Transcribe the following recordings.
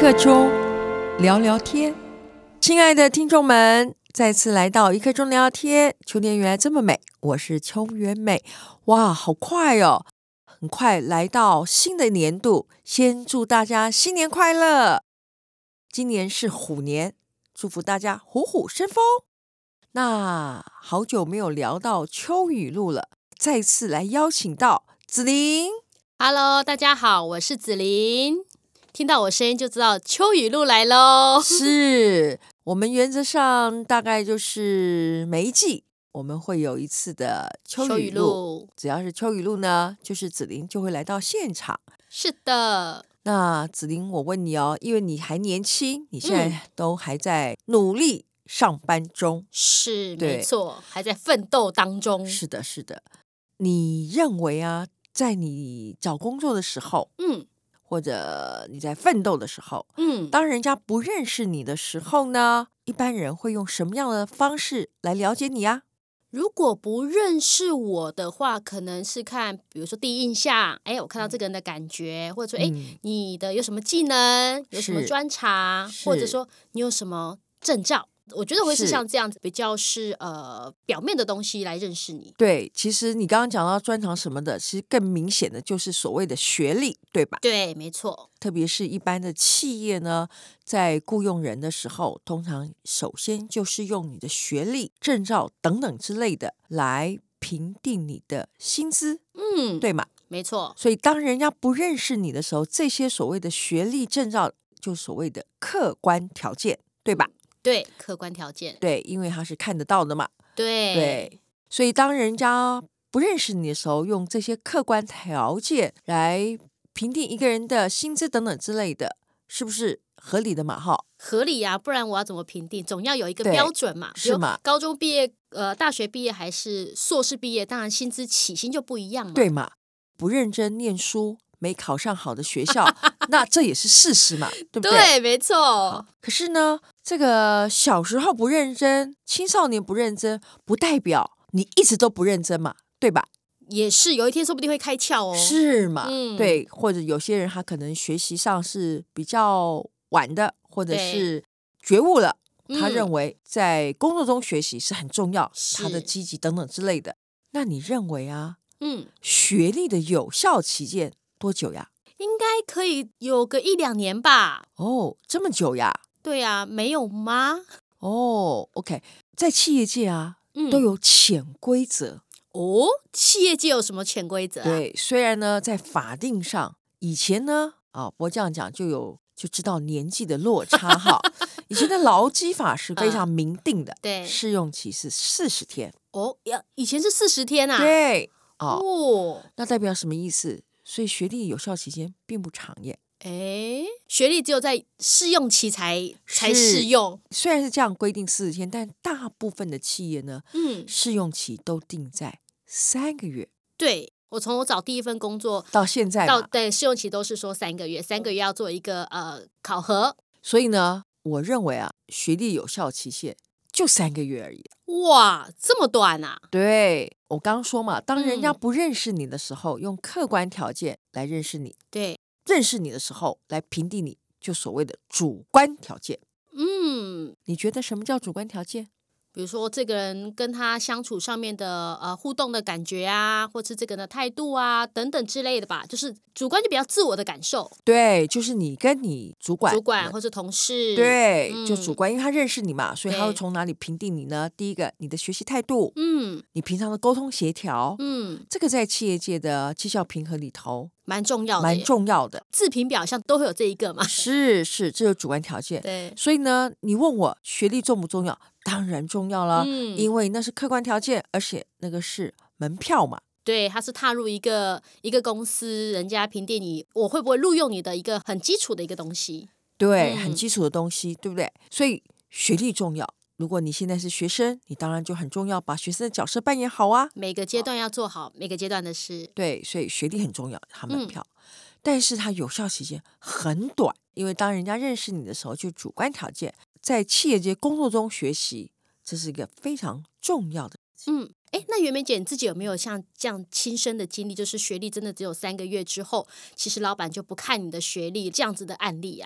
刻钟聊聊天。亲爱的听众们，再次来到一刻钟聊聊天。秋天原来这么美，我是秋原美。哇，好快哦，很快来到新的年度，先祝大家新年快乐。今年是虎年，祝福大家虎虎生风。那好久没有聊到秋雨露了，再次来邀请到子琳。 Hello， 大家好，我是子琳。听到我声音就知道秋雨露来咯。 是我们原则上大概就是每一季我们会有一次的秋雨露，只要是秋雨露呢，就是子琳就会来到现场。 是的。 那子琳，我问你哦，因为你还年轻，你现在都还在努力上班中。 是没错，还在奋斗当中。 是的，是的。你认为啊，在你找工作的时候，或者你在奋斗的时候，当人家不认识你的时候呢，一般人会用什么样的方式来了解你啊？ 如果不认识我的话，可能是看，比如说第一印象，我看到这个人的感觉，或者说，你的有什么技能，有什么专长，或者说你有什么证照。我觉得会是像这样子，比较是表面的东西来认识你。 对，其实你刚刚讲到专长什么的，其实更明显的就是所谓的学历，对吧？ 对，没错。 特别是一般的企业呢，在雇佣人的时候，通常首先就是用你的学历、证照等等之类的来评定你的薪资，对吗？ 没错。 所以当人家不认识你的时候，这些所谓的学历、证照，就所谓的客观条件，对吧？ 对，客观条件。 对，因为它是看得到的嘛。 对， 所以当人家不认识你的时候，用这些客观条件来评定一个人的薪资等等之类的，是不是合理的嘛？ 合理呀，不然我要怎么评定？总要有一个标准嘛。 是嘛？ 高中毕业、大学毕业还是硕士毕业，当然薪资起薪就不一样嘛。 对嘛？不认真念书，没考上好的学校，那这也是事实嘛，对不对？ 对，没错。 可是呢，这个小时候不认真，青少年不认真，不代表你一直都不认真嘛，对吧？ 也是，有一天说不定会开窍哦。 是嘛？对，或者有些人他可能学习上是比较晚的，或者是觉悟了，他认为在工作中学习是很重要，他的积极等等之类的。那你认为啊，学历的有效期限多久呀？ 应该可以有个1-2年吧。 哦，这么久呀？ 对啊，没有吗？ 哦 ，OK， 在企业界啊，都有潜规则。 哦，企业界有什么潜规则啊？ 对，虽然呢，在法定上，以前呢，不过这样讲就知道年纪的落差哈。以前的劳基法是非常明定的， 对， 试用期是40天。 哦，以前是40天啊？ 对，那代表什么意思？所以学历有效期间并不长耶。 学历只有在试用期才适用。 虽然是这样规定40天，但大部分的企业呢，试用期都定在3个月。 对，我从我找第一份工作到现在对，试用期都是说3个月，3个月要做一个考核。 所以呢，我认为啊，学历有效期限就3个月而已。 哇，这么短啊？ 对，我刚刚说嘛，当人家不认识你的时候，用客观条件来认识你。 对， 认识你的时候来评定你，就所谓的主观条件。你觉得什么叫主观条件？ 比如说这个人跟他相处上面的互动的感觉啊，或是这个人的态度啊等等之类的吧，就是主观就比较自我的感受。 对，就是你跟你主管或是同事。 对，就主观，因为他认识你嘛，所以他会从哪里评定你呢？第一个，你的学习态度，你平常的沟通协调，这个在企业界的绩效评核里头蛮重要的，自评表上都会有这一个嘛。 是，这是主观条件。 对， 所以呢，你问我学历重不重要？当然重要了，因为那是客观条件，而且那个是门票嘛。 对，他是踏入一个公司，人家评定你，我会不会录用你的一个很基础的一个东西。 对，很基础的东西，对不对？所以学历重要。如果你现在是学生，你当然就很重要，把学生的角色扮演好啊。 每个阶段要做好每个阶段的事。 对，所以学历很重要，它门票。但是它有效期间很短，因为当人家认识你的时候，就主观条件，在企业界工作中学习，这是一个非常重要的。 那袁梅姐，你自己有没有像这样亲身的经历，就是学历真的只有3个月之后，其实老板就不看你的学历这样子的案例啊？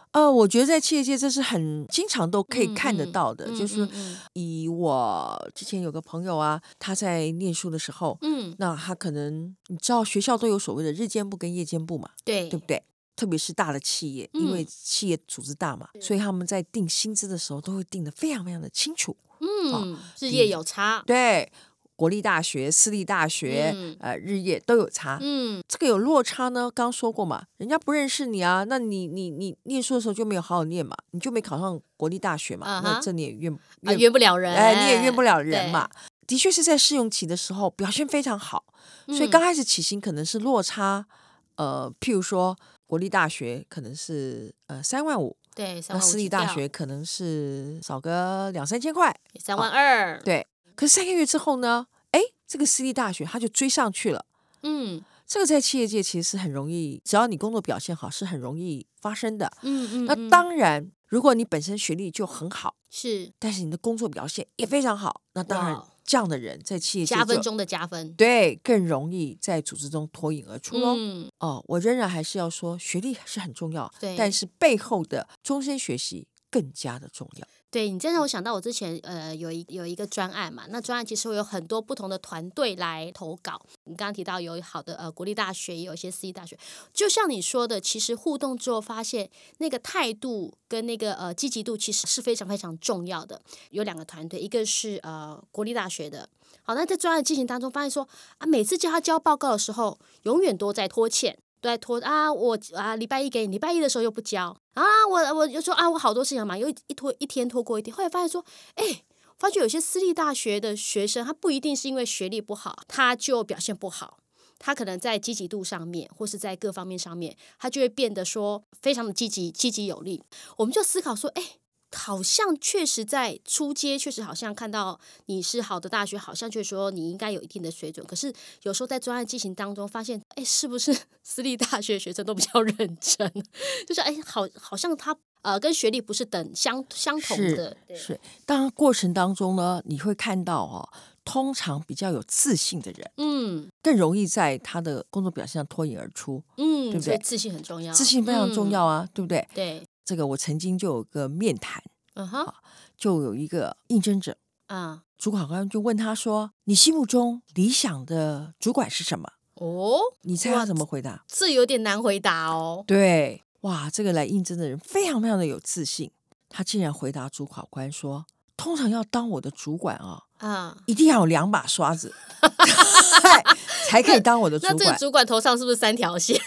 我觉得在企业界这是很经常都可以看得到的，就是以我之前有个朋友啊，他在念书的时候，那他可能你知道学校都有所谓的日间部跟夜间部嘛， 对不对？特别是大的企业，因为企业组织大嘛，所以他们在定薪资的时候都会定得非常非常的清楚。 日夜有差， 对。国立大学、私立大学，日夜都有差。这个有落差呢，刚说过嘛，人家不认识你啊，那你念书的时候就没有好好念嘛，你就没考上国立大学嘛，那这你也怨不了人， 你也怨不了人嘛。的确是在试用期的时候表现非常好，所以刚开始起薪可能是落差，譬如说国立大学可能是3.5万， 对， 那私立大学可能是少个2-3千块 ，3.2万， 对。可是3个月之后呢，这个私立大学它就追上去了。这个在企业界其实是很容易，只要你工作表现好，是很容易发生的。那当然，如果你本身学历就很好， 是， 但是你的工作表现也非常好，那当然这样的人在企业界加分中的加分， 对，更容易在组织中脱颖而出咯。我仍然还是要说，学历是很重要，但是背后的终身学习更加的重要。 对，你这让我想到我之前有一个专案嘛，那专案其实会有很多不同的团队来投稿。你刚刚提到有好的国立大学，也有一些私立大学，就像你说的，其实互动之后发现那个态度跟那个积极度其实是非常非常重要的。有2个团队，一个是国立大学的，好，那在专案进行当中发现说每次叫他交报告的时候，永远都在拖欠。都在拖我礼拜一给你，礼拜一的时候又不交我就说我好多事情嘛，又一天拖过一天。后来发现说，发觉有些私立大学的学生，他不一定是因为学历不好，他就表现不好，他可能在积极度上面，或是在各方面上面，他就会变得说非常的积极有力。我们就思考说，好像确实在初阶，确实好像看到你是好的大学，好像确实说你应该有一定的水准。可是有时候在专案进行当中，发现是不是私立大学学生都比较认真？就是好像他跟学历不是相同的。 是。当然过程当中呢，你会看到通常比较有自信的人，更容易在他的工作表现上脱颖而出，对不对？ 所以自信很重要， 自信非常重要啊，对不对？ 对。 这个我曾经就有个面谈，就有一个应征者，主考官就问他说：“你心目中理想的主管是什么？”你猜他怎么回答？ 这有点难回答哦。 对，哇，这个来应征的人非常非常的有自信，他竟然回答主考官说：“通常要当我的主管一定要有2把刷子，才可以当我的主管。” 那这个主管头上是不是3条线？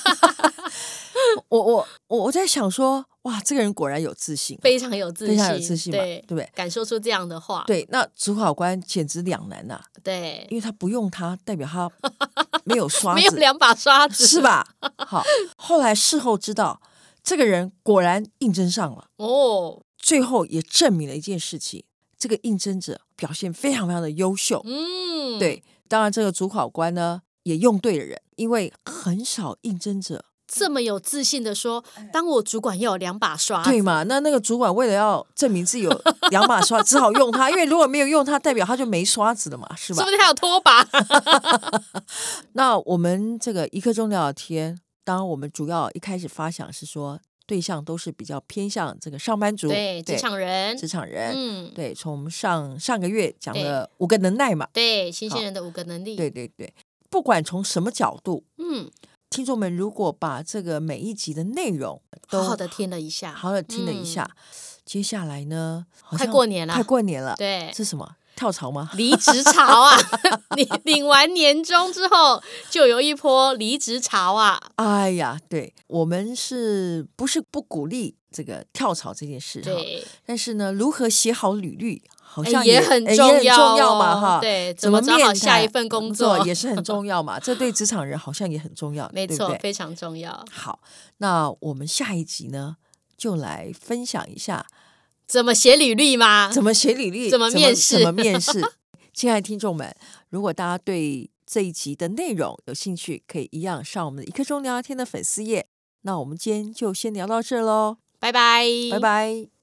我在想说，哇，这个人果然有自信， 非常有自信， 非常有自信嘛，对不对？ 敢说出这样的话， 对，那主考官简直两难呐， 对， 因为他不用他，代表他没有刷子， 没有2把刷子， 是吧？好，后来事后知道，这个人果然应征上了，最后也证明了一件事情，这个应征者表现非常非常的优秀，对，当然这个主考官呢也用对了人，因为很少应征者这么有自信的说，当我主管要有2把刷子， 对嘛？那个主管为了要证明自己有2把刷，只好用它，因为如果没有用它，代表他就没刷子了嘛，是吧？ 是不是他有拖把？ 那我们这个一刻钟聊聊天，当然我们主要一开始发想是说，对象都是比较偏向这个上班族， 对，职场人， 对，从我们上个月讲了5个能耐嘛， 对，新鲜人的5个能力， 对，不管从什么角度，听众们如果把这个每一集的内容都好好的听了一下， 接下来呢， 快过年了， 对，是什么？跳槽吗？ 离职潮啊！你领完年终之后，就有一波离职潮啊！ 哎呀，对，我们是不是不鼓励这个跳槽这件事？ 对， 但是呢，如何写好履历，好像也很重要嘛，哈。 对，怎么找好下一份工作也是很重要嘛。这对职场人好像也很重要， 没错， 对不对？ 非常重要。 好，那我们下一集呢，就来分享一下怎么写履历吗？ 怎么写履历？ 怎么面试？ 怎么面试？亲爱的听众们，如果大家对这一集的内容有兴趣，可以一样上我们的一刻钟聊聊天的粉丝页。那我们今天就先聊到这咯， 拜拜， 拜拜。